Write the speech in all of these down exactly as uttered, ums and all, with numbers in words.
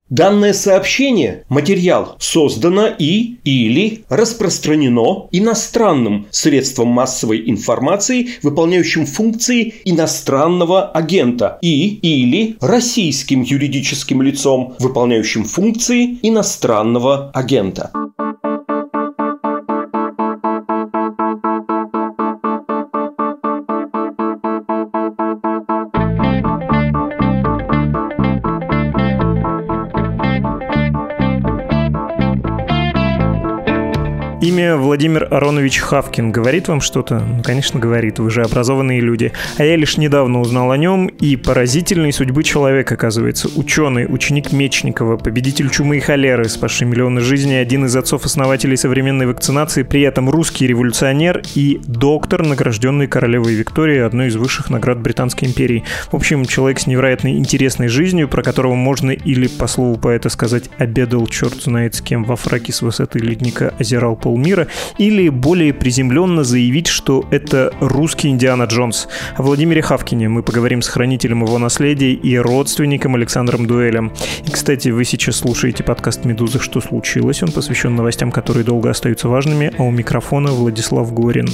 Данное сообщение, материал, создано и или распространено иностранным средством массовой информации, выполняющим функции иностранного агента, и или российским юридическим лицом, выполняющим функции иностранного агента. Имя Владимир Аронович Хавкин говорит вам что-то? Ну, конечно, говорит, вы же образованные люди. А я лишь недавно узнал о нем и поразительной судьбы человек, оказывается. Ученый, ученик Мечникова, победитель чумы и холеры, спасший миллионы жизней, один из отцов-основателей современной вакцинации, при этом русский революционер и доктор, награжденный королевой Викторией, одной из высших наград Британской империи. В общем, человек с невероятно интересной жизнью, про которого можно или, по слову поэта, сказать, обедал черт знает с кем во фраке с высоты ледника, озирал пол мира, или более приземленно заявить, что это русский Индиана Джонс. О Владимире Хавкине мы поговорим с хранителем его наследия и родственником Александром Дуэлем. И, кстати, вы сейчас слушаете подкаст «Медузы. Что случилось?». Он посвящен новостям, которые долго остаются важными, а у микрофона Владислав Горин.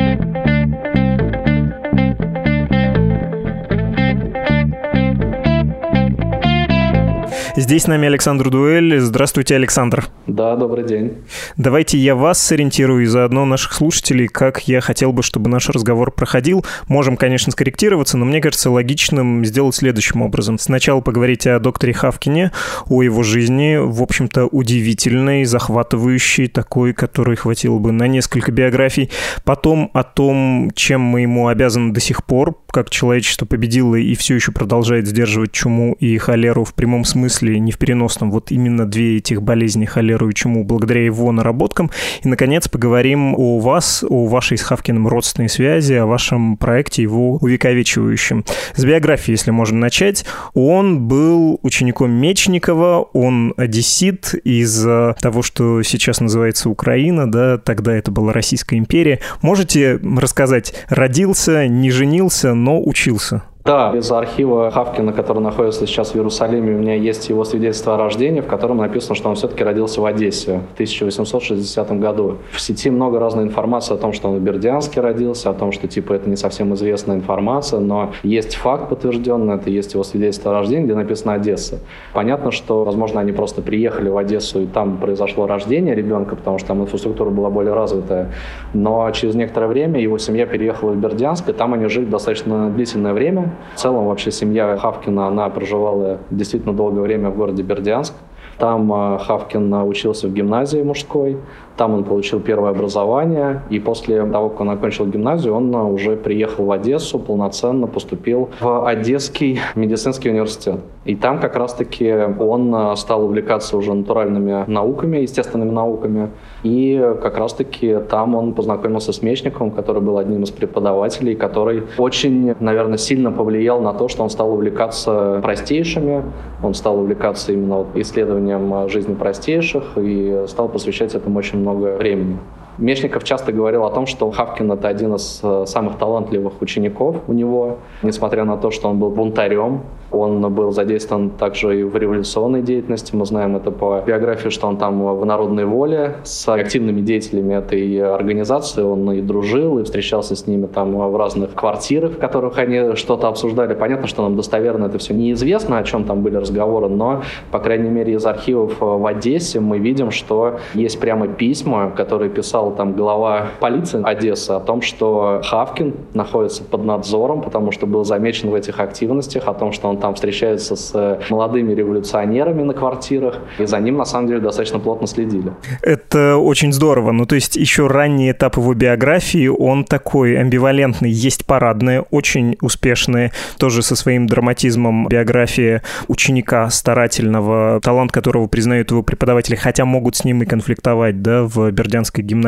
Здесь с нами Александр Дуэль. Здравствуйте, Александр. Да, добрый день. Давайте я вас сориентирую и заодно наших слушателей, как я хотел бы, чтобы наш разговор проходил. Можем, конечно, скорректироваться, но мне кажется логичным сделать следующим образом. Сначала поговорить о докторе Хавкине, о его жизни, в общем-то, удивительной, захватывающей, такой, которой хватило бы на несколько биографий. Потом о том, чем мы ему обязаны до сих пор, как человечество победило и все еще продолжает сдерживать чуму и холеру в прямом смысле, не в переносном, вот именно две этих болезни, холеру и чуму, благодаря его наработкам. И, наконец, поговорим о вас, о вашей с Хавкиным родственной связи, о вашем проекте, его увековечивающем. С биографии, если можно начать. Он был учеником Мечникова, он одессит из того, что сейчас называется Украина, да, тогда это была Российская империя. Можете рассказать, родился, не женился, но учился? Да, из архива Хавкина, который находится сейчас в Иерусалиме, у меня есть его свидетельство о рождении, в котором написано, что он все-таки родился в Одессе в тысяча восемьсот шестидесятом году. В сети много разной информации о том, что он в Бердянске родился, о том, что типа это не совсем известная информация, но есть факт подтвержденный, это есть его свидетельство о рождении, где написано Одесса. Понятно, что, возможно, они просто приехали в Одессу, и там произошло рождение ребенка, потому что там инфраструктура была более развитая, но через некоторое время его семья переехала в Бердянск, и там они жили достаточно длительное время. В целом, вообще, семья Хавкина, она проживала действительно долгое время в городе Бердянск. Там Хавкин учился в гимназии мужской, там он получил первое образование, и после того, как он окончил гимназию, он уже приехал в Одессу, полноценно поступил в Одесский медицинский университет. И там как раз-таки он стал увлекаться уже натуральными науками, естественными науками, и как раз-таки там он познакомился с Мечниковым, который был одним из преподавателей, который очень, наверное, сильно повлиял на то, что он стал увлекаться простейшими, он стал увлекаться именно исследованием жизни простейших и стал посвящать этому очень много времени. Мечников часто говорил о том, что Хавкин — это один из самых талантливых учеников у него, несмотря на то, что он был бунтарем. Он был задействован также и в революционной деятельности. Мы знаем это по биографии, что он там в Народной воле с активными деятелями этой организации. Он и дружил, и встречался с ними там в разных квартирах, в которых они что-то обсуждали. Понятно, что нам достоверно это все неизвестно, о чем там были разговоры, но, по крайней мере, из архивов в Одессе мы видим, что есть прямо письма, которые писал там глава полиции Одессы о том, что Хавкин находится под надзором, потому что был замечен в этих активностях, о том, что он там встречается с молодыми революционерами на квартирах, и за ним, на самом деле, достаточно плотно следили. Это очень здорово. Ну, то есть еще ранний этап его биографии, он такой амбивалентный. Есть парадная, очень успешная, тоже со своим драматизмом биография ученика старательного, талант которого признают его преподаватели, хотя могут с ним и конфликтовать, да, в Бердянской гимназии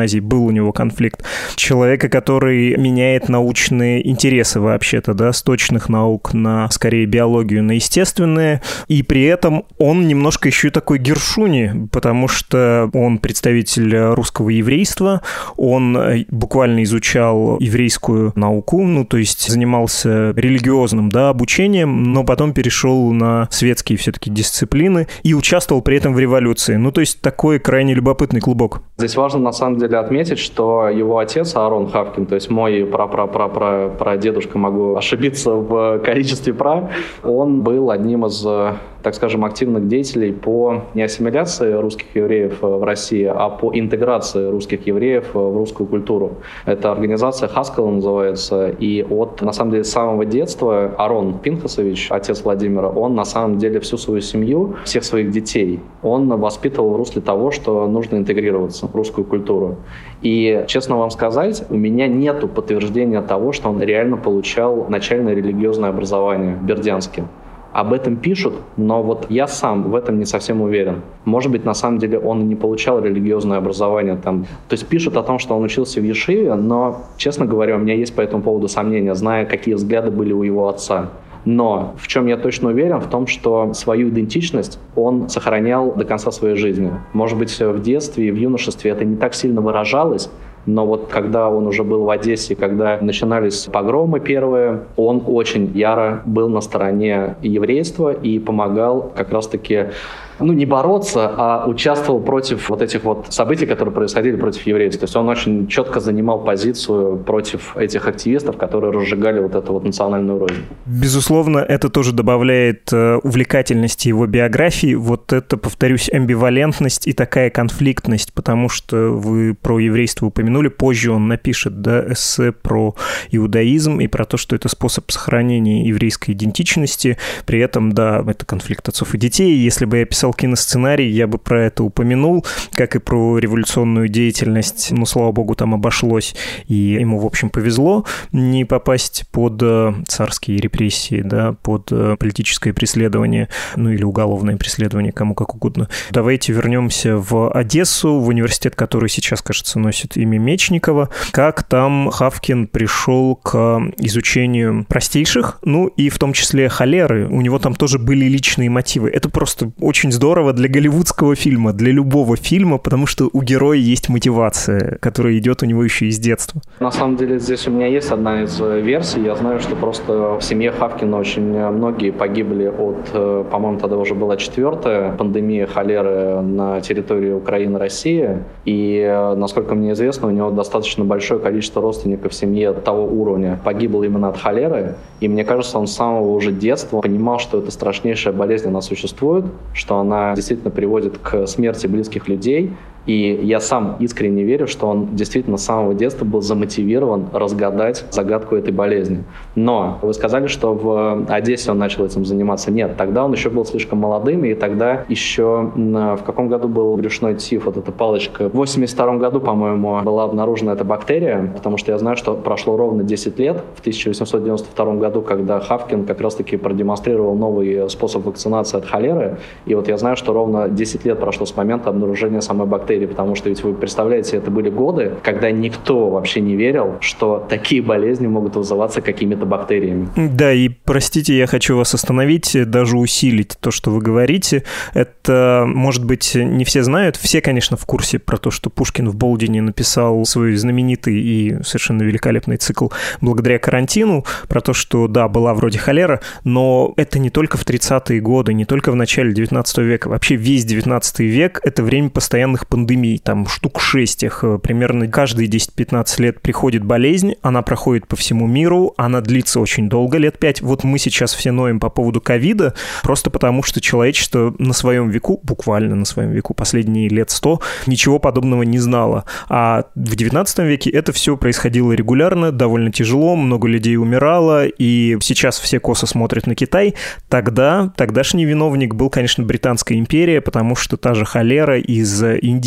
Азии, был у него конфликт. Человека, который меняет научные интересы вообще-то, да, с точных наук на, скорее, биологию, на естественные, и при этом он немножко еще и такой Гершуни, потому что он представитель русского еврейства, он буквально изучал еврейскую науку, ну, то есть занимался религиозным, да, обучением, но потом перешел на светские все-таки дисциплины и участвовал при этом в революции. Ну, то есть такой крайне любопытный клубок. Здесь важно, на самом деле, отметить, что его отец, Аарон Хавкин, то есть мой пра-пра-пра-пра-прадедушка, могу ошибиться в количестве пра, он был одним из, так скажем, активных деятелей по не ассимиляции русских евреев в России, а по интеграции русских евреев в русскую культуру. Это организация Хаскell называется, и от, на самом деле, с самого детства Арон Пинхасович, отец Владимира, он на самом деле всю свою семью, всех своих детей, он воспитывал в русле того, что нужно интегрироваться в русскую культуру. И, честно вам сказать, у меня нету подтверждения того, что он реально получал начальное религиозное образование в Бердянске. Об этом пишут, но вот я сам в этом не совсем уверен. Может быть, на самом деле он не получал религиозное образование там. То есть пишут о том, что он учился в Ешиве, но, честно говоря, у меня есть по этому поводу сомнения, зная, какие взгляды были у его отца. Но в чем я точно уверен, в том, что свою идентичность он сохранял до конца своей жизни. Может быть, в детстве и в юношестве это не так сильно выражалось, но вот когда он уже был в Одессе, когда начинались погромы первые, он очень яро был на стороне еврейства и помогал как раз-таки, ну, не бороться, а участвовал против вот этих вот событий, которые происходили против еврейства. То есть он очень четко занимал позицию против этих активистов, которые разжигали вот эту вот национальную рознь. Безусловно, это тоже добавляет увлекательности его биографии. Вот это, повторюсь, амбивалентность и такая конфликтность, потому что вы про еврейство упомянули, позже он напишет, да, эссе про иудаизм и про то, что это способ сохранения еврейской идентичности. При этом, да, это конфликт отцов и детей. Если бы я писал киносценарий, я бы про это упомянул, как и про революционную деятельность. Ну, слава богу, там обошлось, и ему, в общем, повезло не попасть под царские репрессии, да, под политическое преследование, ну, или уголовное преследование, кому как угодно. Давайте вернемся в Одессу, в университет, который сейчас, кажется, носит имя Мечникова. Как там Хавкин пришел к изучению простейших, ну, и в том числе холеры. У него там тоже были личные мотивы. Это просто очень здорово для голливудского фильма, для любого фильма, потому что у героя есть мотивация, которая идет у него еще из детства. На самом деле здесь у меня есть одна из версий. Я знаю, что просто в семье Хавкина очень многие погибли от, по-моему, тогда уже была четвертая пандемия холеры на территории Украины, России. И, насколько мне известно, у него достаточно большое количество родственников в семье того уровня погибло именно от холеры. И мне кажется, он с самого уже детства понимал, что это страшнейшая болезнь, она существует, что она действительно приводит к смерти близких людей. И я сам искренне верю, что он действительно с самого детства был замотивирован разгадать загадку этой болезни. Но вы сказали, что в Одессе он начал этим заниматься. Нет, тогда он еще был слишком молодым, и тогда еще в каком году был брюшной тиф, вот эта палочка. В восемьдесят втором году, по-моему, была обнаружена эта бактерия, потому что я знаю, что прошло ровно десять лет, в тысяча восемьсот девяносто втором году, когда Хавкин как раз-таки продемонстрировал новый способ вакцинации от холеры. И вот я знаю, что ровно десять лет прошло с момента обнаружения самой бактерии, потому что ведь вы представляете, это были годы, когда никто вообще не верил, что такие болезни могут вызываться какими-то бактериями. Да, и простите, я хочу вас остановить, даже усилить то, что вы говорите. Это, может быть, не все знают. Все, конечно, в курсе про то, что Пушкин в Болдине написал свой знаменитый и совершенно великолепный цикл «Благодаря карантину», про то, что, да, была вроде холера, но это не только в тридцатые годы, не только в начале девятнадцатого века. Вообще весь девятнадцатый век — это время постоянных пандемий. Там штук шесть их, примерно каждые десять-пятнадцать лет приходит болезнь, она проходит по всему миру, она длится очень долго, лет пять. Вот мы сейчас все ноем по поводу ковида, просто потому что человечество на своем веку, буквально на своем веку, последние лет сто, ничего подобного не знало. А в девятнадцатом веке это все происходило регулярно, довольно тяжело, много людей умирало, и сейчас все косо смотрят на Китай. Тогда, тогдашний виновник был, конечно, Британская империя, потому что та же холера из Индии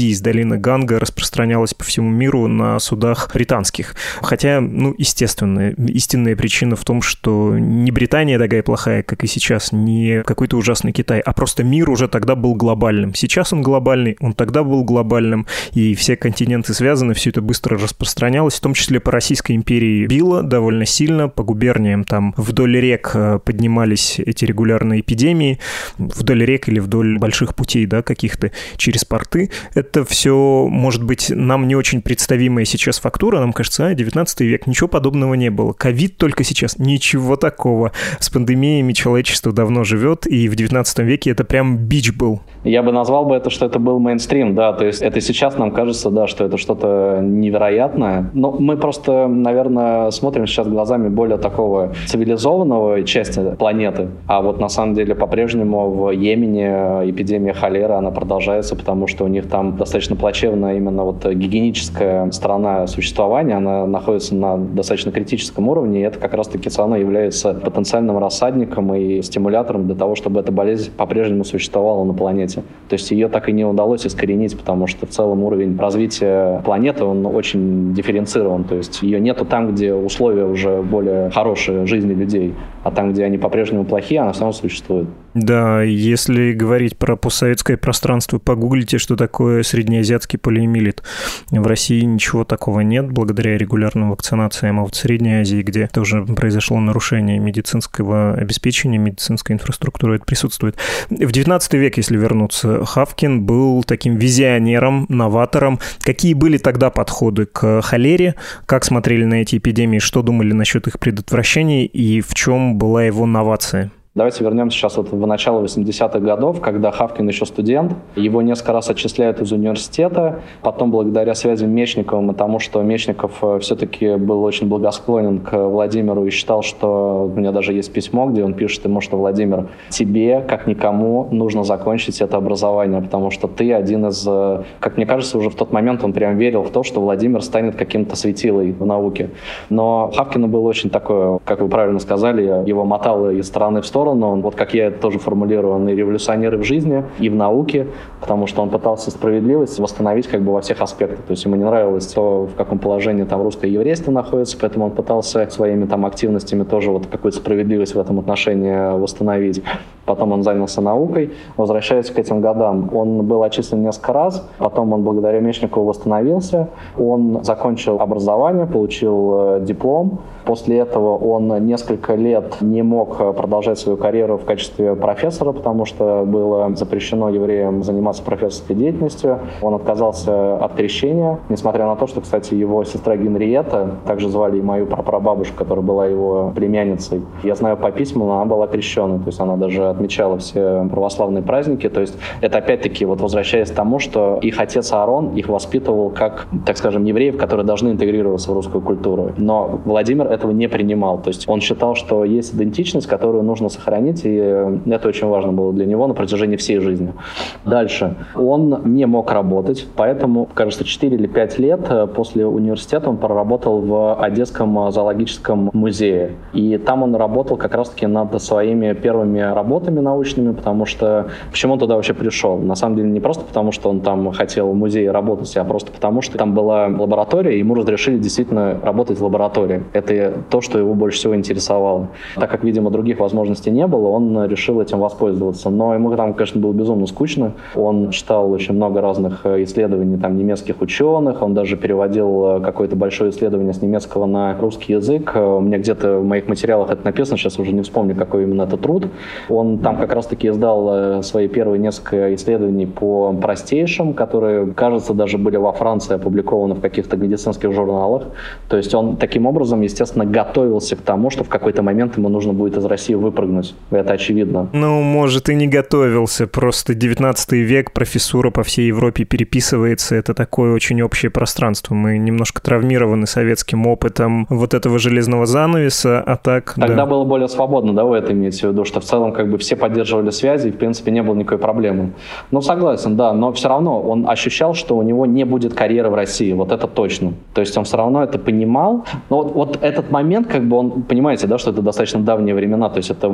Индии, из долины Ганга распространялась по всему миру на судах британских. Хотя, ну, естественно, истинная причина в том, что не Британия такая плохая, как и сейчас, не какой-то ужасный Китай, а просто мир уже тогда был глобальным. Сейчас он глобальный, он тогда был глобальным, и все континенты связаны, все это быстро распространялось, в том числе по Российской империи било довольно сильно, по губерниям там вдоль рек поднимались эти регулярные эпидемии, вдоль рек или вдоль больших путей, да, каких-то через порты. Это все, может быть, нам не очень представимая сейчас фактура, нам кажется, а, девятнадцатый век, ничего подобного не было. Ковид только сейчас, ничего такого. С пандемиями человечество давно живет, и в девятнадцатом веке это прям бич был. Я бы назвал бы это, что это был мейнстрим, да, то есть это сейчас нам кажется, да, что это что-то невероятное, но мы просто, наверное, смотрим сейчас глазами более такого цивилизованного части планеты, а вот на самом деле по-прежнему в Йемене эпидемия холеры, она продолжается, потому что у них там достаточно плачевная именно вот гигиеническая сторона существования, она находится на достаточно критическом уровне, и это как раз-таки все является потенциальным рассадником и стимулятором для того, чтобы эта болезнь по-прежнему существовала на планете. То есть ее так и не удалось искоренить, потому что в целом уровень развития планеты, он очень дифференцирован. То есть ее нету там, где условия уже более хорошие жизни людей, а там, где они по-прежнему плохие, она все равно существует. Да, если говорить про постсоветское пространство, погуглите, что такое среднеазиатский полиомиелит. В России ничего такого нет, благодаря регулярным вакцинациям, а вот в Средней Азии, где тоже произошло нарушение медицинского обеспечения, медицинской инфраструктуры, это присутствует. В девятнадцатый век, если вернуться, Хавкин был таким визионером, новатором. Какие были тогда подходы к холере? Как смотрели на эти эпидемии? Что думали насчет их предотвращения? И в чем была его новация? Давайте вернемся сейчас вот в начало восьмидесятых годов, когда Хавкин еще студент. Его несколько раз отчисляют из университета. Потом, благодаря связям Мечниковым и тому, что Мечников все-таки был очень благосклонен к Владимиру и считал, что... У меня даже есть письмо, где он пишет ему, что Владимир, тебе, как никому, нужно закончить это образование, потому что ты один из... Как мне кажется, уже в тот момент он прям верил в то, что Владимир станет каким-то светилой в науке. Но Хавкину было очень такое, как вы правильно сказали, его мотало из стороны в сторону. Он, вот как я это тоже формулирую, он и революционер и в жизни, и в науке, потому что он пытался справедливость восстановить как бы во всех аспектах. То есть ему не нравилось то, в каком положении там русское еврейство находится, поэтому он пытался своими там активностями тоже вот какую-то справедливость в этом отношении восстановить. Потом он занялся наукой. Возвращаясь к этим годам, он был отчислен несколько раз, потом он благодаря Мечникову восстановился, он закончил образование, получил диплом. После этого он несколько лет не мог продолжать свою карьеру в качестве профессора, потому что было запрещено евреям заниматься профессорской деятельностью. Он отказался от крещения, несмотря на то, что, кстати, его сестра Генриетта, также звали и мою прапрабабушку, которая была его племянницей. Я знаю по письмам, она была крещенной, то есть она даже отмечала все православные праздники. То есть это опять-таки, вот возвращаясь к тому, что их отец Аарон их воспитывал как, так скажем, евреев, которые должны интегрироваться в русскую культуру. Но Владимир этого не принимал. То есть он считал, что есть идентичность, которую нужно сохранить, и это очень важно было для него на протяжении всей жизни. Дальше. Он не мог работать, поэтому, кажется, четыре или пять лет после университета он проработал в Одесском зоологическом музее. И там он работал как раз-таки над своими первыми работами научными, потому что... Почему он туда вообще пришел? На самом деле не просто потому, что он там хотел в музее работать, а просто потому, что там была лаборатория, и ему разрешили действительно работать в лаборатории. Это то, что его больше всего интересовало. Так как, видимо, других возможностей не было, он решил этим воспользоваться. Но ему там, конечно, было безумно скучно. Он читал очень много разных исследований там, немецких ученых, он даже переводил какое-то большое исследование с немецкого на русский язык. У меня где-то в моих материалах это написано, сейчас уже не вспомню, какой именно это труд. Он там как раз-таки издал свои первые несколько исследований по простейшим, которые, кажется, даже были во Франции опубликованы в каких-то медицинских журналах. То есть он таким образом, естественно, готовился к тому, что в какой-то момент ему нужно будет из России выпрыгнуть. Это очевидно. Ну, может, и не готовился. Просто девятнадцатый век, профессура по всей Европе переписывается. Это такое очень общее пространство. Мы немножко травмированы советским опытом вот этого железного занавеса, а так... Тогда да. было более свободно, да, вы это имеете в виду, что в целом как бы все поддерживали связи, и в принципе не было никакой проблемы. Ну, согласен, да, но все равно он ощущал, что у него не будет карьеры в России, вот это точно. То есть он все равно это понимал. Но вот, вот этот момент, как бы он, понимаете, да, что это достаточно давние времена, то есть это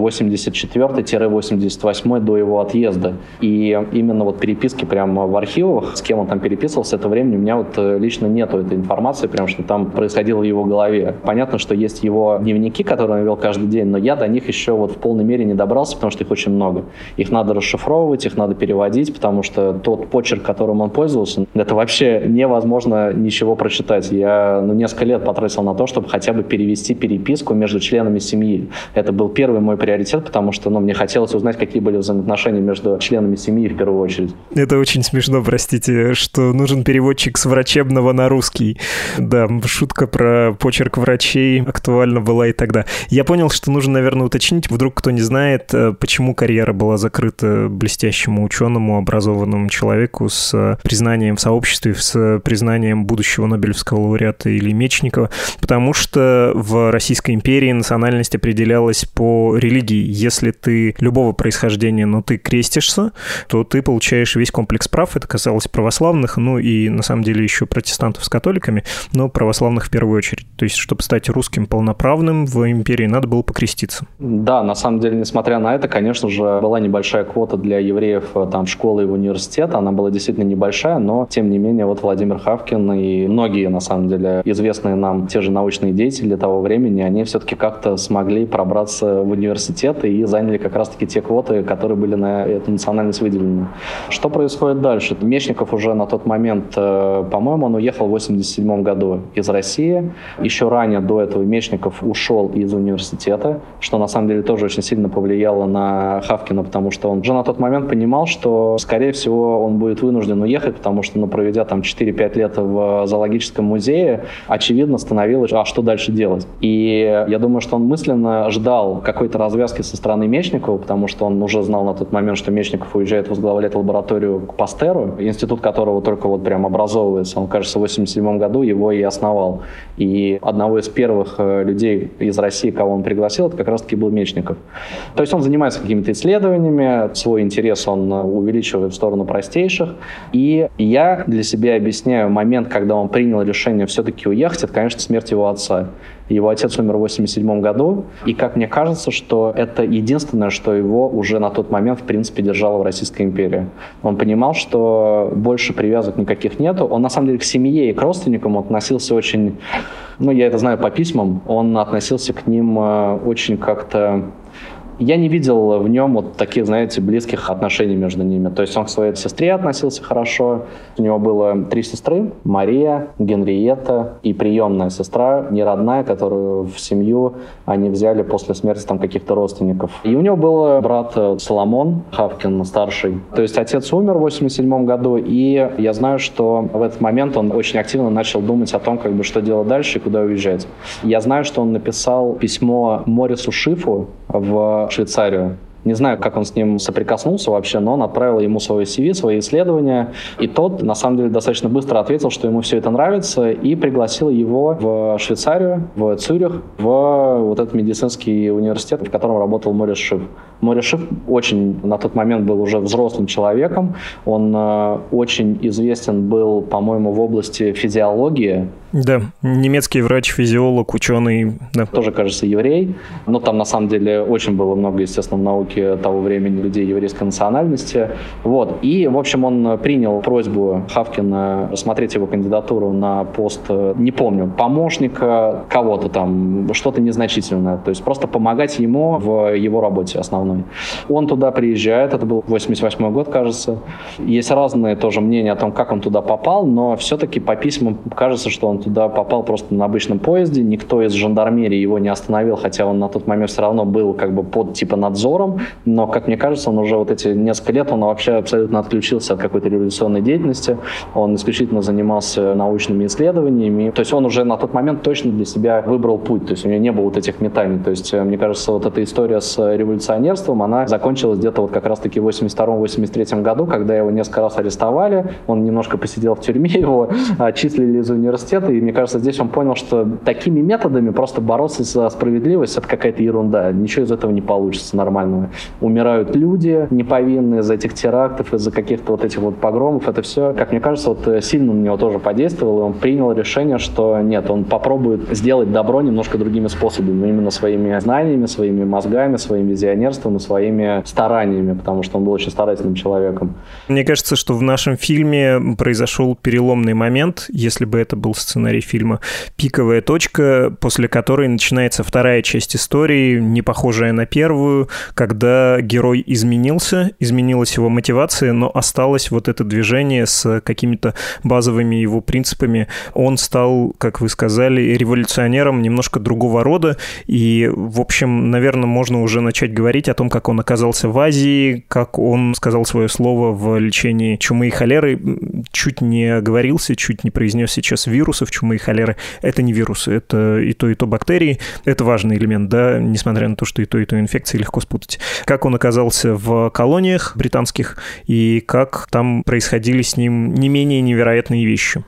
восемьдесят четвёртый - восемьдесят восьмой до его отъезда. И именно вот переписки прямо в архивах, с кем он там переписывался, это времени у меня вот лично нету этой информации, прям что там происходило в его голове. Понятно, что есть его дневники, которые он вел каждый день, но я до них еще вот в полной мере не добрался, потому что их очень много. Их надо расшифровывать, их надо переводить, потому что тот почерк, которым он пользовался, это вообще невозможно ничего прочитать. Я ну, несколько лет потратил на то, чтобы хотя бы перевести переписку между членами семьи. Это был первый мой приоритет, потому что ну, мне хотелось узнать, какие были взаимоотношения между членами семьи в первую очередь. Это очень смешно, простите, что нужен переводчик с врачебного на русский. Да, шутка про почерк врачей актуальна была и тогда. Я понял, что нужно, наверное, уточнить, вдруг кто не знает, почему карьера была закрыта блестящему ученому, образованному человеку с признанием в сообществе, с признанием будущего Нобелевского лауреата Ильи Мечникова, потому что в Российской империи национальность определялась по религии. Если ты любого происхождения, но ты крестишься, то ты получаешь весь комплекс прав. Это касалось православных, ну и на самом деле еще протестантов с католиками, но православных в первую очередь. То есть, чтобы стать русским полноправным в империи, надо было покреститься. Да, на самом деле, несмотря на это, конечно же, была небольшая квота для евреев там школы и университета. Она была действительно небольшая, но, тем не менее, вот Владимир Хавкин и многие, на самом деле, известные нам те же научные деятели того времени, они все-таки как-то смогли пробраться в университеты и заняли как раз-таки те квоты, которые были на эту национальность выделены. Что происходит дальше? Мечников уже на тот момент, по-моему, он уехал в восемьдесят седьмом году из России. Еще ранее до этого Мечников ушел из университета, что на самом деле тоже очень сильно повлияло на Хавкина, потому что он уже на тот момент понимал, что, скорее всего, он будет вынужден уехать, потому что, ну, проведя там четыре-пять лет в зоологическом музее, очевидно становилось, а что дальше делать? И я думаю, что он мысленно ждал какой-то развязки со стороны Мечникова, потому что он уже знал на тот момент, что Мечников уезжает возглавлять лабораторию к Пастеру, институт которого только вот прям образовывается. Он, кажется, в восемьдесят седьмом году его и основал. И одного из первых людей из России, кого он пригласил, это как раз-таки был Мечников. То есть он занимается какими-то исследованиями, свой интерес он увеличивает в сторону простейших. И я для себя объясняю момент, когда он принял решение все-таки уехать, это, конечно, смерть его отца. Его отец умер в восемьдесят седьмом году, и, как мне кажется, что это единственное, что его уже на тот момент, в принципе, держало в Российской империи. Он понимал, что больше привязок никаких нету. Он, на самом деле, к семье и к родственникам относился очень... Ну, я это знаю по письмам. Он относился к ним очень как-то... Я не видел в нем вот таких, знаете, близких отношений между ними. То есть он к своей сестре относился хорошо. У него было три сестры: Мария, Генриетта и приемная сестра, не родная, которую в семью они взяли после смерти там каких-то родственников. И у него был брат Соломон Хавкин, старший. То есть отец умер в восемьдесят седьмом году, и я знаю, что в этот момент он очень активно начал думать о том, как бы, что делать дальше и куда уезжать. Я знаю, что он написал письмо Морису Шифу в Швейцарию. Не знаю, как он с ним соприкоснулся вообще, но он отправил ему свое си ви, свои исследования. И тот, на самом деле, достаточно быстро ответил, что ему все это нравится, и пригласил его в Швейцарию, в Цюрих, в вот этот медицинский университет, в котором работал Морис Шиф. Морис Шиф очень на тот момент был уже взрослым человеком. Он э, очень известен был, по-моему, в области физиологии. Да, немецкий врач, физиолог, ученый. Да. Тоже, кажется, еврей. Но там, на самом деле, очень было много, естественно, в науке того времени людей еврейской национальности. Вот. И, в общем, он принял просьбу Хавкина рассмотреть его кандидатуру на пост, не помню, помощника кого-то там, что-то незначительное. То есть просто помогать ему в его работе основной. Он туда приезжает, это был восемьдесят восьмой год, кажется. Есть разные тоже мнения о том, как он туда попал, но все-таки по письмам кажется, что он туда попал просто на обычном поезде. Никто из жандармерии его не остановил, хотя он на тот момент все равно был как бы под типа надзором. Но, как мне кажется, он уже вот эти несколько лет, он вообще абсолютно отключился от какой-то революционной деятельности. Он исключительно занимался научными исследованиями. То есть он уже на тот момент точно для себя выбрал путь. То есть у него не было вот этих метаний. То есть, мне кажется, вот эта история с революционерством, она закончилась где-то вот как раз-таки в восемьдесят втором — восемьдесят третьем году, когда его несколько раз арестовали. Он немножко посидел в тюрьме, его отчислили из университета. И мне кажется, здесь он понял, что такими методами просто бороться за справедливость — это какая-то ерунда. Ничего из этого не получится нормального. страшное. Умирают люди неповинные из-за этих терактов, из-за каких-то вот этих вот погромов. Это все, как мне кажется, вот сильно на него тоже подействовало, и он принял решение, что нет, он попробует сделать добро немножко другими способами, именно своими знаниями, своими мозгами, своим визионерством и своими стараниями, потому что он был очень старательным человеком. Мне кажется, что в нашем фильме произошел переломный момент, если бы это был сценарий фильма, пиковая точка, после которой начинается вторая часть истории, не похожая на первую, когда герой изменился, изменилась его мотивация, но осталось вот это движение с какими-то базовыми его принципами. Он стал, как вы сказали, революционером немножко другого рода, и, в общем, наверное, можно уже начать говорить о том, как он оказался в Азии, как он сказал свое слово в лечении чумы и холеры. Чуть не оговорился, чуть не произнес сейчас вирусов чумы и холеры. Это не вирусы, это и то, и то бактерии. Это важный элемент, да, несмотря на то, что и то, и то инфекции легко спутать. Как он оказался в колониях британских и как там происходили с ним не менее невероятные вещи.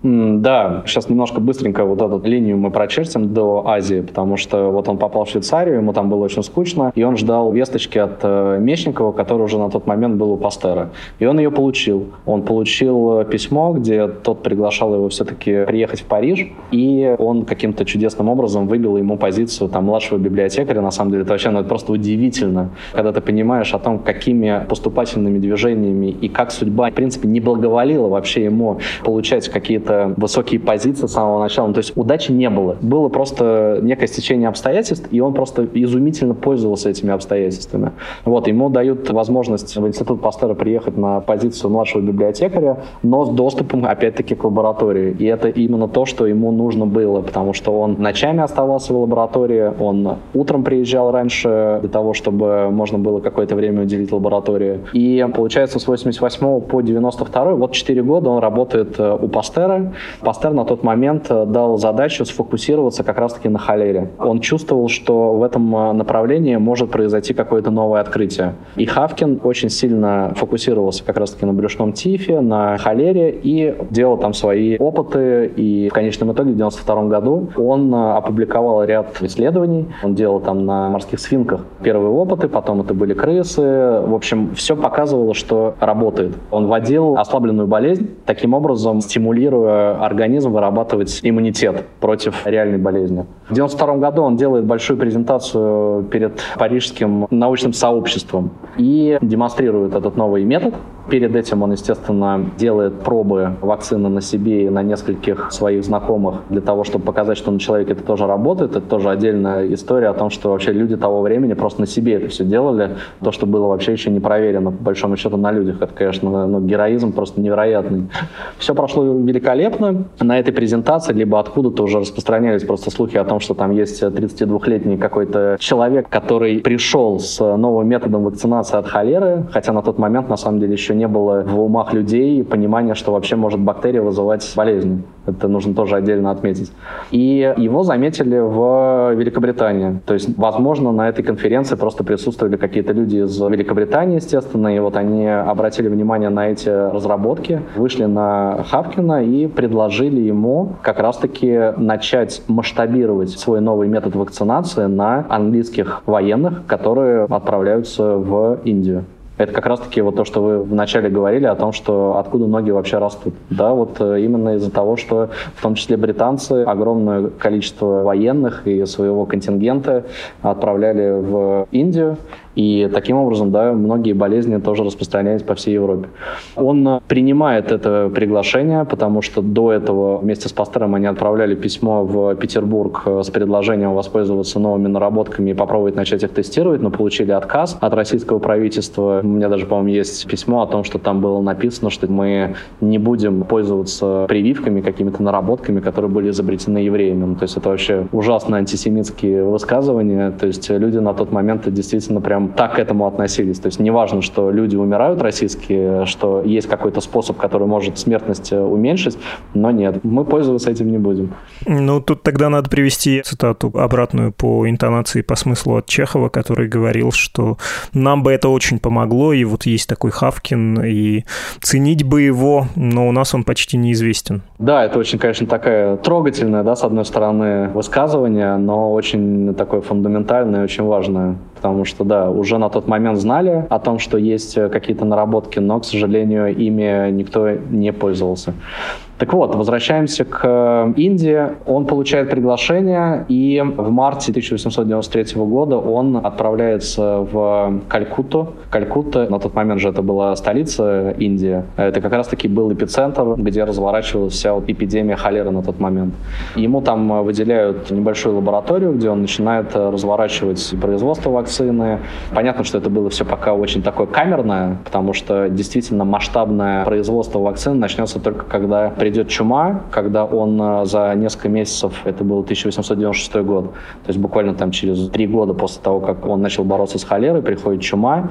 Да, сейчас немножко быстренько вот эту линию мы прочертим до Азии, потому что вот он попал в Швейцарию, ему там было очень скучно, и он ждал весточки от э, Мечникова, который уже на тот момент был у Пастера. И он ее получил. Он получил письмо, где тот приглашал его все-таки приехать в Париж, и он каким-то чудесным образом выбил ему позицию там младшего библиотекаря. На самом деле это вообще ну, это просто удивительно, когда ты понимаешь о том, какими поступательными движениями и как судьба, в принципе, не благоволила вообще ему получать какие-то высокие позиции с самого начала. Ну, то есть удачи не было. Было просто некое стечение обстоятельств, и он просто изумительно пользовался этими обстоятельствами. Вот, ему дают возможность в институт Пастера приехать на позицию младшего библиотекаря, но с доступом, опять-таки, к лаборатории. И это именно то, что ему нужно было, потому что он ночами оставался в лаборатории, он утром приезжал раньше для того, чтобы можно было какое-то время уделить лаборатории. И, получается, с восемьдесят восьмого по девяносто второй, вот четыре года он работает у Пастера. Пастер на тот момент дал задачу сфокусироваться как раз-таки на холере. Он чувствовал, что в этом направлении может произойти какое-то новое открытие. И Хавкин очень сильно фокусировался как раз-таки на брюшном тифе, на холере и делал там свои опыты. И в конечном итоге в девяносто втором году он опубликовал ряд исследований. Он делал там на морских свинках первые опыты, потом это были крысы. В общем, все показывало, что работает. Он вводил ослабленную болезнь, таким образом стимулируя организм вырабатывать иммунитет против реальной болезни. В девяносто втором году он делает большую презентацию перед парижским научным сообществом и демонстрирует этот новый метод. Перед этим он, естественно, делает пробы вакцины на себе и на нескольких своих знакомых для того, чтобы показать, что на человеке это тоже работает. Это тоже отдельная история о том, что вообще люди того времени просто на себе это все делали. То, что было вообще еще не проверено, по большому счету, на людях. Это, конечно, ну, героизм просто невероятный. Все прошло великолепно. На этой презентации либо откуда-то уже распространялись просто слухи о том, что там есть тридцатидвухлетний какой-то человек, который пришел с новым методом вакцинации от холеры, хотя на тот момент, на самом деле, еще не было в умах людей понимания, что вообще может бактерия вызывать болезнь. Это нужно тоже отдельно отметить. И его заметили в Великобритании. То есть, возможно, на этой конференции просто присутствовали какие-то люди из Великобритании, естественно, и вот они обратили внимание на эти разработки, вышли на Хавкина и предложили ему как раз-таки начать масштабировать свой новый метод вакцинации на английских военных, которые отправляются в Индию. Это как раз-таки вот то, что вы вначале говорили о том, что откуда ноги вообще растут. Да, вот именно из-за того, что в том числе британцы огромное количество военных и своего контингента отправляли в Индию. И таким образом, да, многие болезни тоже распространялись по всей Европе. Он принимает это приглашение, потому что до этого вместе с Пастером они отправляли письмо в Петербург с предложением воспользоваться новыми наработками и попробовать начать их тестировать, но получили отказ от российского правительства. У меня даже, по-моему, есть письмо о том, что там было написано, что мы не будем пользоваться прививками, какими-то наработками, которые были изобретены евреями. То есть это вообще ужасно антисемитские высказывания. То есть люди на тот момент действительно прям так к этому относились. То есть неважно, что люди умирают российские, что есть какой-то способ, который может смертность уменьшить, но нет, мы пользоваться этим не будем. Ну, тут тогда надо привести цитату обратную по интонации, по смыслу от Чехова, который говорил, что нам бы это очень помогло, и вот есть такой Хавкин, и ценить бы его, но у нас он почти неизвестен. Да, это очень, конечно, такая трогательная, да, с одной стороны, высказывание, но очень такое фундаментальное и очень важное. потому что, да, уже на тот момент знали о том, что есть какие-то наработки, но, к сожалению, ими никто не пользовался. Так вот, возвращаемся к Индии. Он получает приглашение, и в марте тысяча восемьсот девяносто третьего года он отправляется в Калькутту. Калькутта, на тот момент же это была столица Индии. Это как раз-таки был эпицентр, где разворачивалась вся вот эпидемия холеры на тот момент. Ему там выделяют небольшую лабораторию, где он начинает разворачивать производство вакцины. Понятно, что это было все пока очень такое камерное, потому что действительно масштабное производство вакцин начнется только когда придет чума, когда он за несколько месяцев, это был тысяча восемьсот девяносто шестой год, то есть буквально там через три года после того, как он начал бороться с холерой, приходит чума,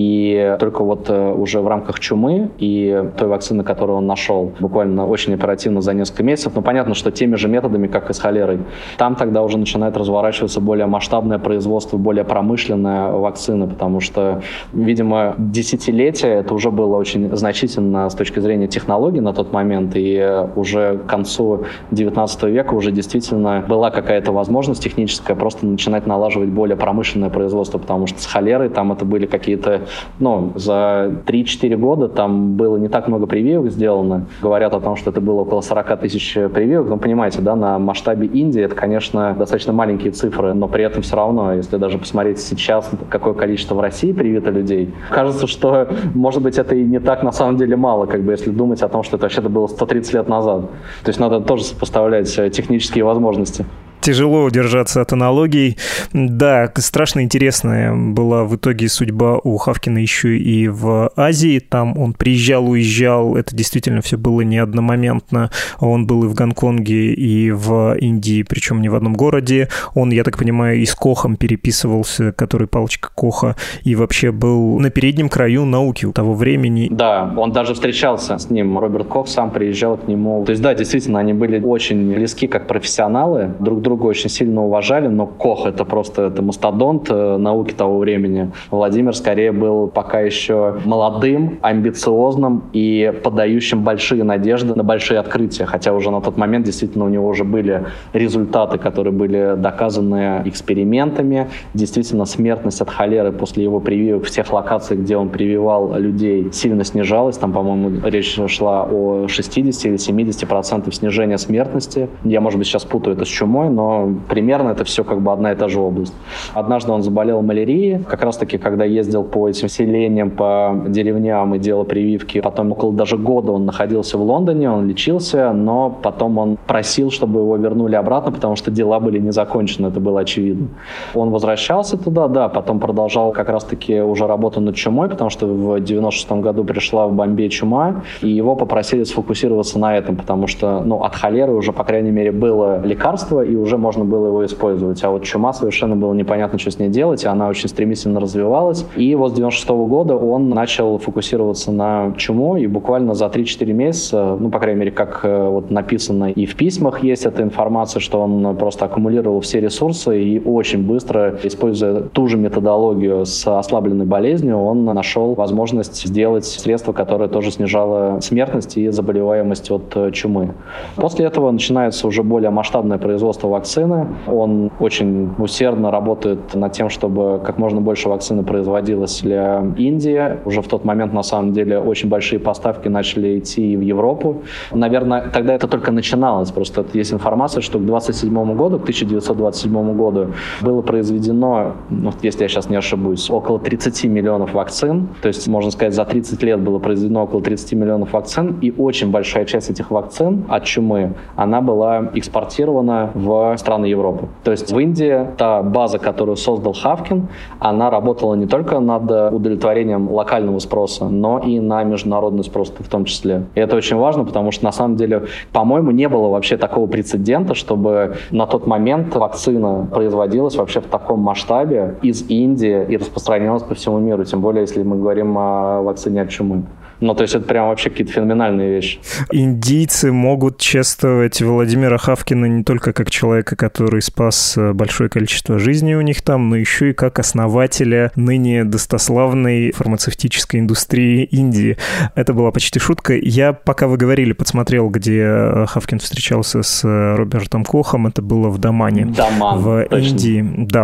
и только вот уже в рамках чумы и той вакцины, которую он нашел, буквально очень оперативно за несколько месяцев, но понятно, что теми же методами, как и с холерой, там тогда уже начинает разворачиваться более масштабное производство, более промышленная вакцина, потому что, видимо, десятилетия это уже было очень значительно с точки зрения технологий на тот момент, и уже к концу девятнадцатого века уже действительно была какая-то возможность техническая просто начинать налаживать более промышленное производство, потому что с холерой там это были какие-то, ну, за три-четыре года там было не так много прививок сделано. Говорят о том, что это было около сорок тысяч прививок. Ну, понимаете, да, на масштабе Индии это, конечно, достаточно маленькие цифры, но при этом все равно, если даже посмотреть сейчас, какое количество в России привито людей, кажется, что, может быть, это и не так на самом деле мало, как бы, если думать о том, что это вообще-то было сто тридцать лет назад. То есть надо тоже сопоставлять технические возможности. Тяжело удержаться от аналогий. Да, страшно интересная была в итоге судьба у Хавкина еще и в Азии. Там он приезжал, уезжал. Это действительно все было не одномоментно. Он был и в Гонконге, и в Индии, причем не в одном городе. Он, я так понимаю, и с Кохом переписывался, который палочка Коха, и вообще был на переднем краю науки того времени. Да, он даже встречался с ним. Роберт Кох сам приезжал к нему. То есть, да, действительно, они были очень близки как профессионалы, друг друга очень сильно уважали, но Кох — это просто это мастодонт науки того времени. Владимир скорее был пока еще молодым, амбициозным и подающим большие надежды на большие открытия, хотя уже на тот момент действительно у него уже были результаты, которые были доказаны экспериментами. Действительно, смертность от холеры после его прививок в тех локациях, где он прививал людей, сильно снижалась. Там, по-моему, речь шла о шестьдесят или семьдесят процентов снижения смертности. Я, может быть, сейчас путаю это с чумой, но примерно это все как бы одна и та же область. Однажды он заболел малярией, как раз-таки, когда ездил по этим селениям, по деревням и делал прививки. Потом около даже года он находился в Лондоне, он лечился, но потом он просил, чтобы его вернули обратно, потому что дела были не закончены, это было очевидно. Он возвращался туда, да, потом продолжал как раз-таки уже работу над чумой, потому что в девяносто шестом году пришла в Бомбей чума, и его попросили сфокусироваться на этом, потому что, ну, от холеры уже, по крайней мере, было лекарство, и уже можно было его использовать. А вот чума совершенно было непонятно, что с ней делать, и она очень стремительно развивалась. И вот с девяносто шестого года он начал фокусироваться на чуму, и буквально за три-четыре месяца, ну, по крайней мере, как вот написано и в письмах есть эта информация, что он просто аккумулировал все ресурсы и очень быстро, используя ту же методологию с ослабленной болезнью, он нашел возможность сделать средство, которое тоже снижало смертность и заболеваемость от чумы. После этого начинается уже более масштабное производство вакцины. Он очень усердно работает над тем, чтобы как можно больше вакцины производилось для Индии. Уже в тот момент, на самом деле, очень большие поставки начали идти в Европу. Наверное, тогда это только начиналось. Просто есть информация, что к двадцать седьмому году, к тысяча девятьсот двадцать седьмому году было произведено, ну, если я сейчас не ошибусь, около тридцать миллионов вакцин. То есть, можно сказать, за тридцать лет было произведено около тридцать миллионов вакцин, и очень большая часть этих вакцин от чумы, она была экспортирована в страны Европы. То есть в Индии та база, которую создал Хавкин, она работала не только над удовлетворением локального спроса, но и на международный спрос в том числе. И это очень важно, потому что на самом деле, по-моему, не было вообще такого прецедента, чтобы на тот момент вакцина производилась вообще в таком масштабе из Индии и распространялась по всему миру, тем более, если мы говорим о вакцине от чумы. Ну, то есть это прям вообще какие-то феноменальные вещи. Индийцы могут чествовать Владимира Хавкина не только как человека, который спас большое количество жизней у них там, но еще и как основателя ныне достославной фармацевтической индустрии Индии. Это была почти шутка. Я, пока вы говорили, подсмотрел, где Хавкин встречался с Робертом Кохом. Это было в Дамане. Даман, в точно. Индии. Да.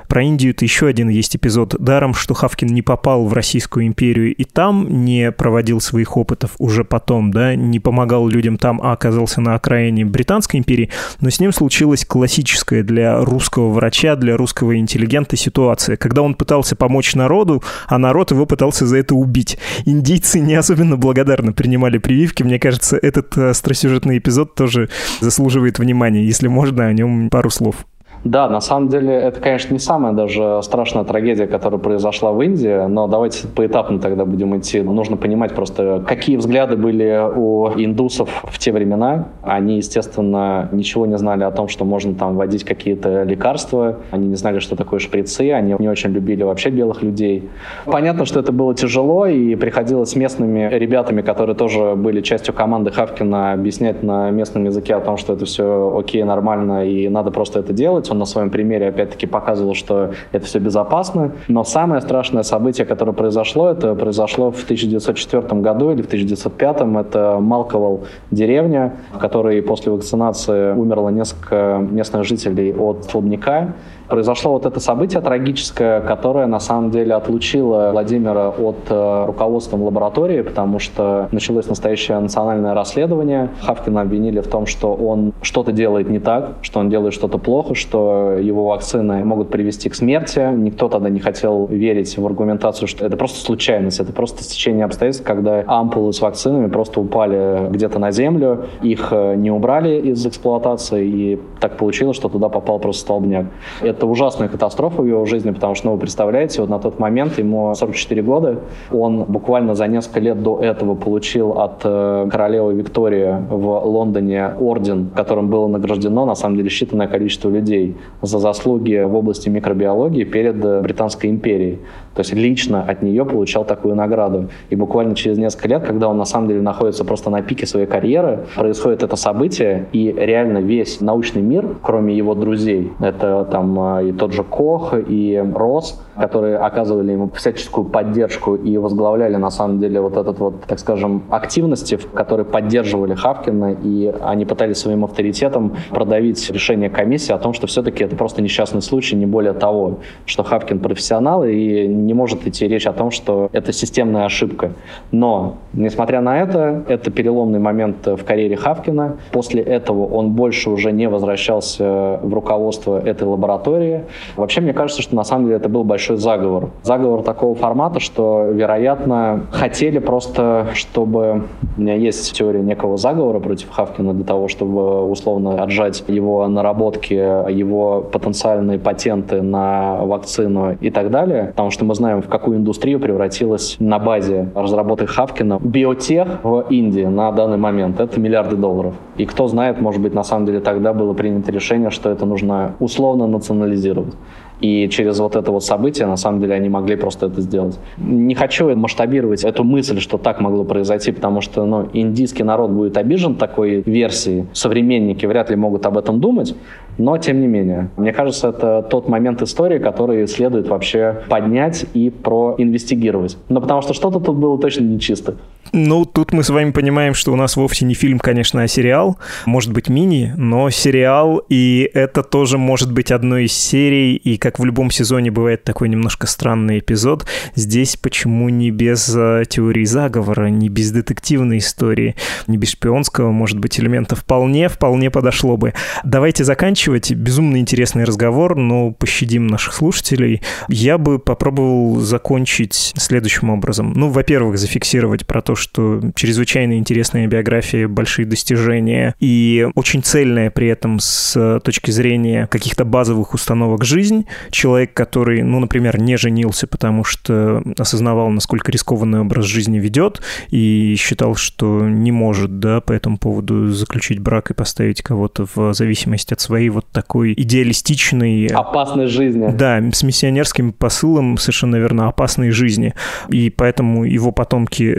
Про Индию-то еще один есть эпизод. Даром, что Хавкин не попал в Российскую империю и там не проводил своих опытов уже потом, да, не помогал людям там, а оказался на окраине Британской империи, но с ним случилась классическая для русского врача, для русского интеллигента ситуация, когда он пытался помочь народу, а народ его пытался за это убить. Индийцы не особенно благодарно принимали прививки. Мне кажется, этот остросюжетный эпизод тоже заслуживает внимания. Если можно, о нем пару слов. Да, на самом деле это, конечно, не самая даже страшная трагедия, которая произошла в Индии, но давайте поэтапно тогда будем идти. Нужно понимать просто, какие взгляды были у индусов в те времена. Они, естественно, ничего не знали о том, что можно там вводить какие-то лекарства. Они не знали, что такое шприцы, они не очень любили вообще белых людей. Понятно, что это было тяжело, и приходилось с местными ребятами, которые тоже были частью команды Хавкина, объяснять на местном языке о том, что это все окей, нормально, и надо просто это делать. Он на своем примере опять-таки показывал, что это все безопасно. Но самое страшное событие, которое произошло, это произошло в тысяча девятьсот четвёртом году или в тысяча девятьсот пятом. Это Малковал, деревня, в которой после вакцинации умерло несколько местных жителей от столбняка. Произошло вот это событие трагическое, которое на самом деле отлучило Владимира от э, руководства лаборатории, потому что началось настоящее национальное расследование. Хавкина обвинили в том, что он что-то делает не так, что он делает что-то плохо, что его вакцины могут привести к смерти. Никто тогда не хотел верить в аргументацию, что это просто случайность, это просто стечение обстоятельств, когда ампулы с вакцинами просто упали где-то на землю, их не убрали из эксплуатации, и так получилось, что туда попал просто столбняк. Это ужасная катастрофа в его жизни, потому что, ну, вы представляете, вот на тот момент ему сорок четыре года, он буквально за несколько лет до этого получил от э, королевы Виктории в Лондоне орден, которым было награждено, на самом деле, считанное количество людей за заслуги в области микробиологии перед Британской империей. То есть лично от нее получал такую награду. И буквально через несколько лет, когда он на самом деле находится просто на пике своей карьеры, происходит это событие, и реально весь научный мир, кроме его друзей, это там и тот же Кох, и Росс, которые оказывали ему всяческую поддержку и возглавляли на самом деле вот этот вот, так скажем, активности, которые поддерживали Хавкина, и они пытались своим авторитетом продавить решение комиссии о том, что все-таки это просто несчастный случай, не более того, что Хавкин профессионал, и не может идти речь о том, что это системная ошибка. Но, несмотря на это, это переломный момент в карьере Хавкина. После этого он больше уже не возвращался в руководство этой лаборатории. Вообще, мне кажется, что на самом деле это был большой заговор. Заговор такого формата, что, вероятно, хотели просто, чтобы... У меня есть теория некого заговора против Хавкина для того, чтобы условно отжать его наработки, его потенциальные патенты на вакцину и так далее. Потому что мы знаем, в какую индустрию превратилась на базе разработки Хавкина биотех в Индии на данный момент. Это миллиарды долларов. И кто знает, может быть, на самом деле тогда было принято решение, что это нужно условно национализировать. И через вот это вот событие, на самом деле, они могли просто это сделать. Не хочу масштабировать эту мысль, что так могло произойти, потому что, ну, индийский народ будет обижен такой версией. Современники вряд ли могут об этом думать, но тем не менее. Мне кажется, это тот момент истории, который следует вообще поднять и проинвестигировать. Ну, потому что что-то тут было точно нечисто. Ну, тут мы с вами понимаем, что у нас вовсе не фильм, конечно, а сериал. Может быть, мини, но сериал, и это тоже может быть одной из серий, и как в любом сезоне бывает такой немножко странный эпизод, здесь почему не без uh, теории заговора, не без детективной истории, не без шпионского, может быть, элемента вполне, вполне подошло бы. Давайте заканчивать. Безумно интересный разговор, но пощадим наших слушателей. Я бы попробовал закончить следующим образом. Ну, во-первых, зафиксировать про то, что чрезвычайно интересная биография, большие достижения и очень цельная при этом с точки зрения каких-то базовых установок жизнь. Человек, который, ну, например, не женился, потому что осознавал, насколько рискованный образ жизни ведет, и считал, что не может, да, по этому поводу заключить брак и поставить кого-то в зависимость от своей вот такой идеалистичной... опасной жизни. Да, с миссионерским посылом, совершенно верно, опасной жизни. И поэтому его потомки — это не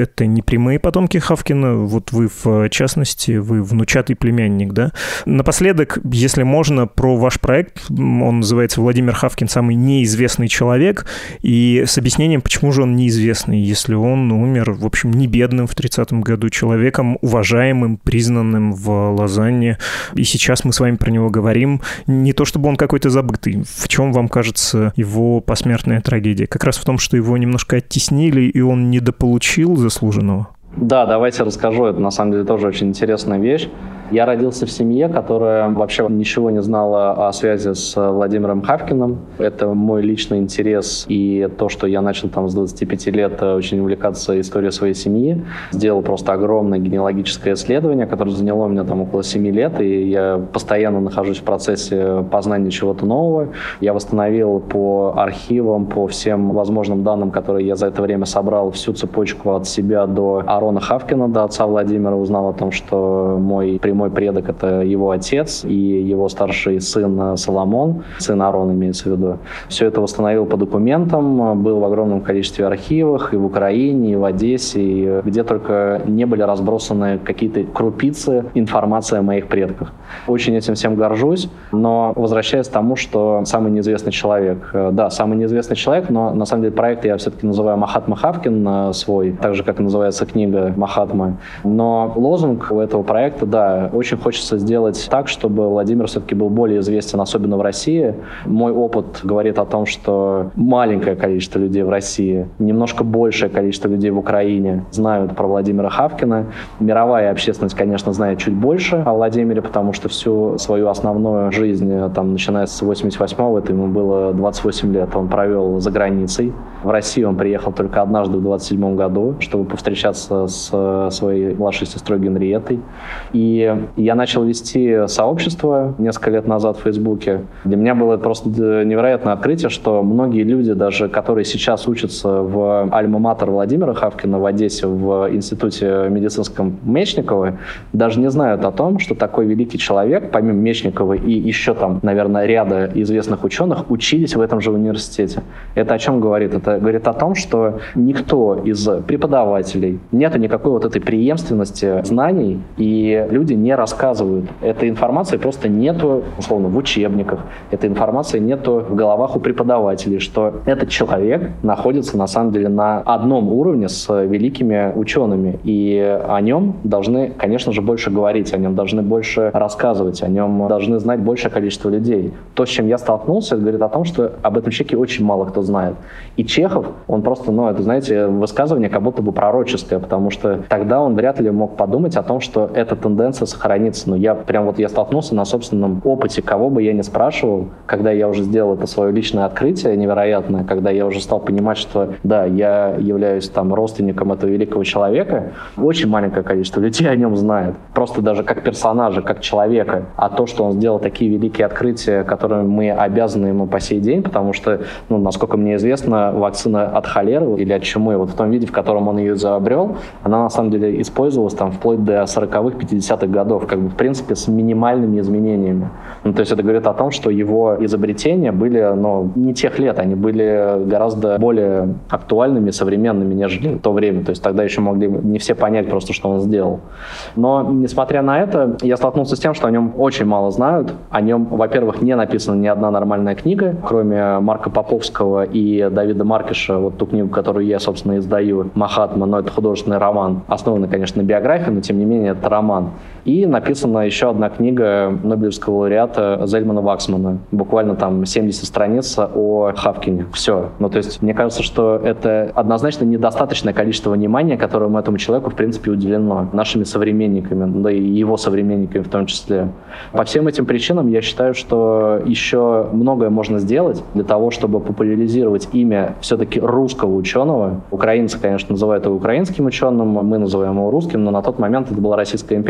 прямые потомки Хавкина, вот вы в частности, вы внучатый племянник, да? Напоследок, если можно, про ваш проект. Он называется «Владимир Хавкин. Самый неизвестный человек». И с объяснением, почему же он неизвестный, если он умер, в общем, не бедным в тридцатом году человеком, уважаемым, признанным в Лозанне. И сейчас мы с вами про него говорим. Не то чтобы он какой-то забытый. В чем вам кажется его посмертная трагедия? Как раз в том, что его немножко оттеснили, и он недополучил заслуженного? Да, давайте расскажу. Это на самом деле тоже очень интересная вещь. Я родился в семье, которая вообще ничего не знала о связи с Владимиром Хавкиным. Это мой личный интерес и то, что я начал там с двадцати пяти лет очень увлекаться историей своей семьи. Сделал просто огромное генеалогическое исследование, которое заняло меня там около семи лет, и я постоянно нахожусь в процессе познания чего-то нового. Я восстановил по архивам, по всем возможным данным, которые я за это время собрал, всю цепочку от себя до Арона Хавкина, до отца Владимира. Узнал о том, что мой прямой Мой предок — это его отец и его старший сын Соломон, сын Аарона имеется в виду. Все это восстановил по документам, был в огромном количестве архивах и в Украине, и в Одессе, и где только не были разбросаны какие-то крупицы информации о моих предках. Очень этим всем горжусь, но возвращаясь к тому, что самый неизвестный человек. Да, самый неизвестный человек, но на самом деле проект я все-таки называю «Махатма Хавкин» свой, так же, как называется книга «Махатма». Но лозунг у этого проекта, да, очень хочется сделать так, чтобы Владимир все-таки был более известен, особенно в России. Мой опыт говорит о том, что маленькое количество людей в России, немножко большее количество людей в Украине знают про Владимира Хавкина. Мировая общественность, конечно, знает чуть больше о Владимире, потому что всю свою основную жизнь, там, начиная с восемьдесят восьмого, это ему было двадцать восемь лет, он провел за границей. В Россию он приехал только однажды в двадцать седьмом году, чтобы повстречаться с своей младшей сестрой Генриеттой. И я начал вести сообщество несколько лет назад в Фейсбуке. Для меня было просто невероятное открытие, что многие люди, даже которые сейчас учатся в альма-матер Владимира Хавкина в Одессе, в институте медицинском Мечникова, даже не знают о том, что такой великий человек, помимо Мечникова и еще там, наверное, ряда известных ученых, учились в этом же университете. Это о чем говорит? Это говорит о том, что никто из преподавателей, нету никакой вот этой преемственности знаний, и люди не рассказывают. Этой информации просто нету, условно, в учебниках. Этой информации нету в головах у преподавателей, что этот человек находится, на самом деле, на одном уровне с великими учеными. И о нем должны, конечно же, больше говорить, о нем должны больше рассказывать, о нем должны знать большее количество людей. То, с чем я столкнулся, это говорит о том, что об этом человеке очень мало кто знает. И Чехов, он просто, ну, это, знаете, высказывание как будто бы пророческое, потому что тогда он вряд ли мог подумать о том, что эта тенденция сохранится. Но я прям вот я столкнулся на собственном опыте, кого бы я ни спрашивал, когда я уже сделал это свое личное открытие невероятное, когда я уже стал понимать, что да, я являюсь там родственником этого великого человека, очень маленькое количество людей о нем знает. Просто даже как персонажа, как человека. А то, что он сделал такие великие открытия, которыми мы обязаны ему по сей день, потому что, ну, насколько мне известно, вакцина от холеры или от чумы, вот в том виде, в котором он ее изобрел, она на самом деле использовалась там вплоть до сороковых, пятидесятых годов, как бы в принципе с минимальными изменениями. Ну, то есть это говорит о том, что его изобретения были, ну, не тех лет, они были гораздо более актуальными, современными, нежели в то время. То есть тогда еще могли не все понять просто, что он сделал. Но, несмотря на это, я столкнулся с тем, что о нем очень мало знают. О нем, во-первых, не написана ни одна нормальная книга, кроме Марка Поповского и Давида Маркиша, вот ту книгу, которую я, собственно, издаю, «Махатма», но это художественный роман, основанный, конечно, на биографии, но, тем не менее, это роман. И написана еще одна книга Нобелевского лауреата Зельмана Ваксмана. Буквально там семьдесят страниц о Хавкине. Все. Ну, то есть, мне кажется, что это однозначно недостаточное количество внимания, которое этому человеку, в принципе, уделено нашими современниками, да и его современниками в том числе. По всем этим причинам я считаю, что еще многое можно сделать для того, чтобы популяризировать имя все-таки русского ученого. Украинцы, конечно, называют его украинским ученым, мы называем его русским, но на тот момент это была Российская империя, поэтому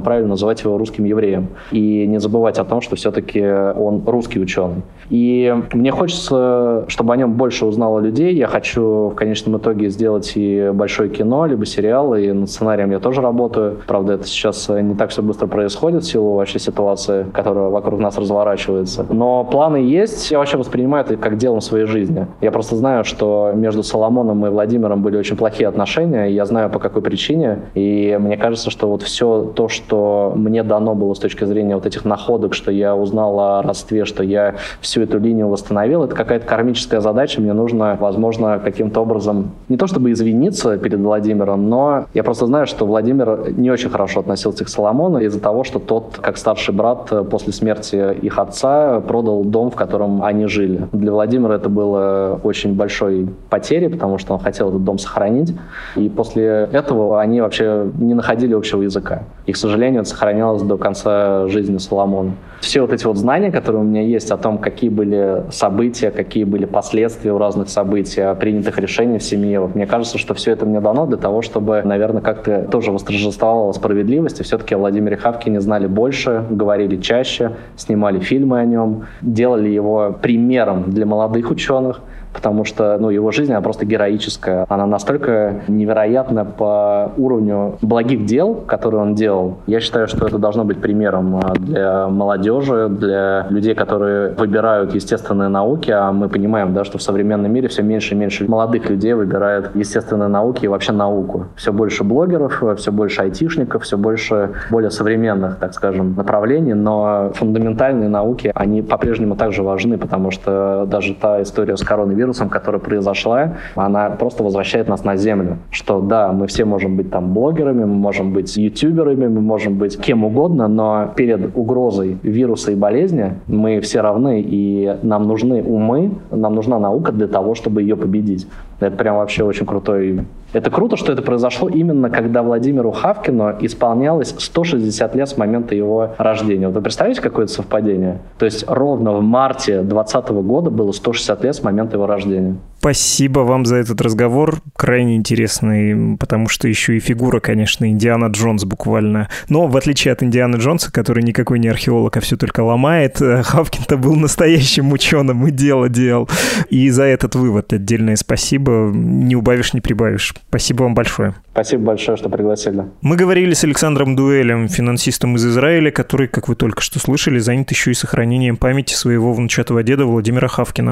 правильно называть его русским евреем. И не забывать о том, что все-таки он русский ученый. И мне хочется, чтобы о нем больше узнало людей. Я хочу в конечном итоге сделать и большое кино, либо сериал, и над сценарием я тоже работаю. Правда, это сейчас не так все быстро происходит в силу вообще ситуации, которая вокруг нас разворачивается. Но планы есть. Я вообще воспринимаю это как делом своей жизни. Я просто знаю, что между Соломоном и Владимиром были очень плохие отношения, и я знаю, по какой причине. И мне кажется, что вот все то, что мне дано было с точки зрения вот этих находок, что я узнал о родстве, что я всю эту линию восстановил, это какая-то кармическая задача. Мне нужно, возможно, каким-то образом не то чтобы извиниться перед Владимиром, но я просто знаю, что Владимир не очень хорошо относился к Соломону из-за того, что тот, как старший брат, после смерти их отца продал дом, в котором они жили. Для Владимира это было очень большой потерей, потому что он хотел этот дом сохранить. И после этого они вообще не находили общего языка. И, к сожалению, это сохранялось до конца жизни Соломона. Все вот эти вот знания, которые у меня есть о том, какие были события, какие были последствия у разных событий, о принятых решениях в семье, вот мне кажется, что все это мне дано для того, чтобы, наверное, как-то тоже восторжествовала справедливость. И все-таки о Владимире Хавкине знали больше, говорили чаще, снимали фильмы о нем, делали его примером для молодых ученых. Потому что ну, его жизнь, она просто героическая. Она настолько невероятна по уровню благих дел, которые он делал. Я считаю, что это должно быть примером для молодежи, для людей, которые выбирают естественные науки. А мы понимаем, да, что в современном мире все меньше и меньше молодых людей выбирают естественные науки и вообще науку. Все больше блогеров, все больше айтишников, все больше более современных, так скажем, направлений. Но фундаментальные науки, они по-прежнему также важны, потому что даже та история с коронавирусом, вирусом, которая произошла, она просто возвращает нас на землю. Что да, мы все можем быть там блогерами, мы можем быть ютуберами, мы можем быть кем угодно, но перед угрозой вируса и болезни мы все равны, и нам нужны умы, нам нужна наука для того, чтобы ее победить. Это прям вообще очень крутой. Это круто, что это произошло именно когда Владимиру Хавкину исполнялось сто шестьдесят лет с момента его рождения. Вот вы представляете, какое это совпадение? То есть ровно в марте двадцатого года было сто шестьдесят лет с момента его рождения. Спасибо вам за этот разговор, крайне интересный, потому что еще и фигура, конечно, Индиана Джонс буквально. Но в отличие от Индианы Джонса, который никакой не археолог, а все только ломает, Хавкин-то был настоящим ученым и дело делал. И за этот вывод отдельное спасибо, не убавишь, не прибавишь. Спасибо вам большое. Спасибо большое, что пригласили. Мы говорили с Александром Дуэлем, финансистом из Израиля, который, как вы только что слышали, занят еще и сохранением памяти своего внучатого деда Владимира Хавкина.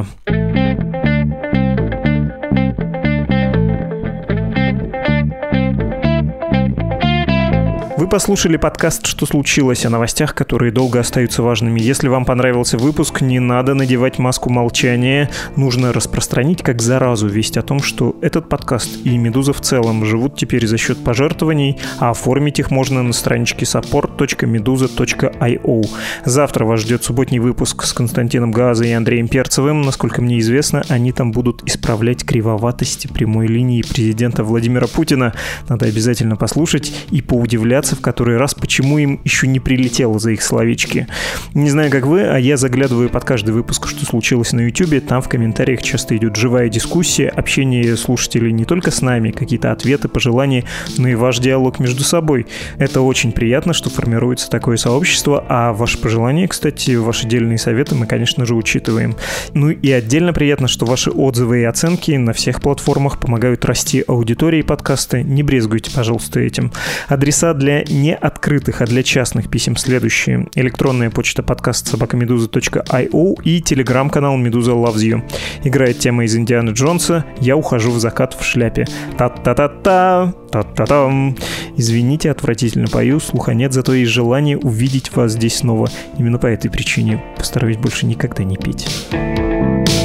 Вы послушали подкаст «Что случилось?» о новостях, которые долго остаются важными. Если вам понравился выпуск, не надо надевать маску молчания. Нужно распространить как заразу весть о том, что этот подкаст и «Медуза» в целом живут теперь за счет пожертвований, а оформить их можно на страничке support точка meduza точка io. Завтра вас ждет субботний выпуск с Константином Гаазой и Андреем Перцевым. Насколько мне известно, они там будут исправлять кривоватости прямой линии президента Владимира Путина. Надо обязательно послушать и поудивляться в который раз, почему им еще не прилетело за их словечки. Не знаю, как вы, а я заглядываю под каждый выпуск, что случилось на YouTube. Там в комментариях часто идет живая дискуссия, общение слушателей не только с нами, какие-то ответы, пожелания, но и ваш диалог между собой. Это очень приятно, что формируется такое сообщество, а ваши пожелания, кстати, ваши дельные советы мы, конечно же, учитываем. Ну и отдельно приятно, что ваши отзывы и оценки на всех платформах помогают расти аудитории подкаста. Не брезгуйте, пожалуйста, этим. Адреса для не открытых, а для частных писем следующие. Электронная почта подкаст собака медуза точка io и телеграм-канал Медуза Loves You. Играет тема из Индианы Джонса «Я ухожу в закат в шляпе». Та-та-та-та, та-та-там. Извините, отвратительно пою, слуха нет, зато есть желание увидеть вас здесь снова. Именно по этой причине постараюсь больше никогда не петь.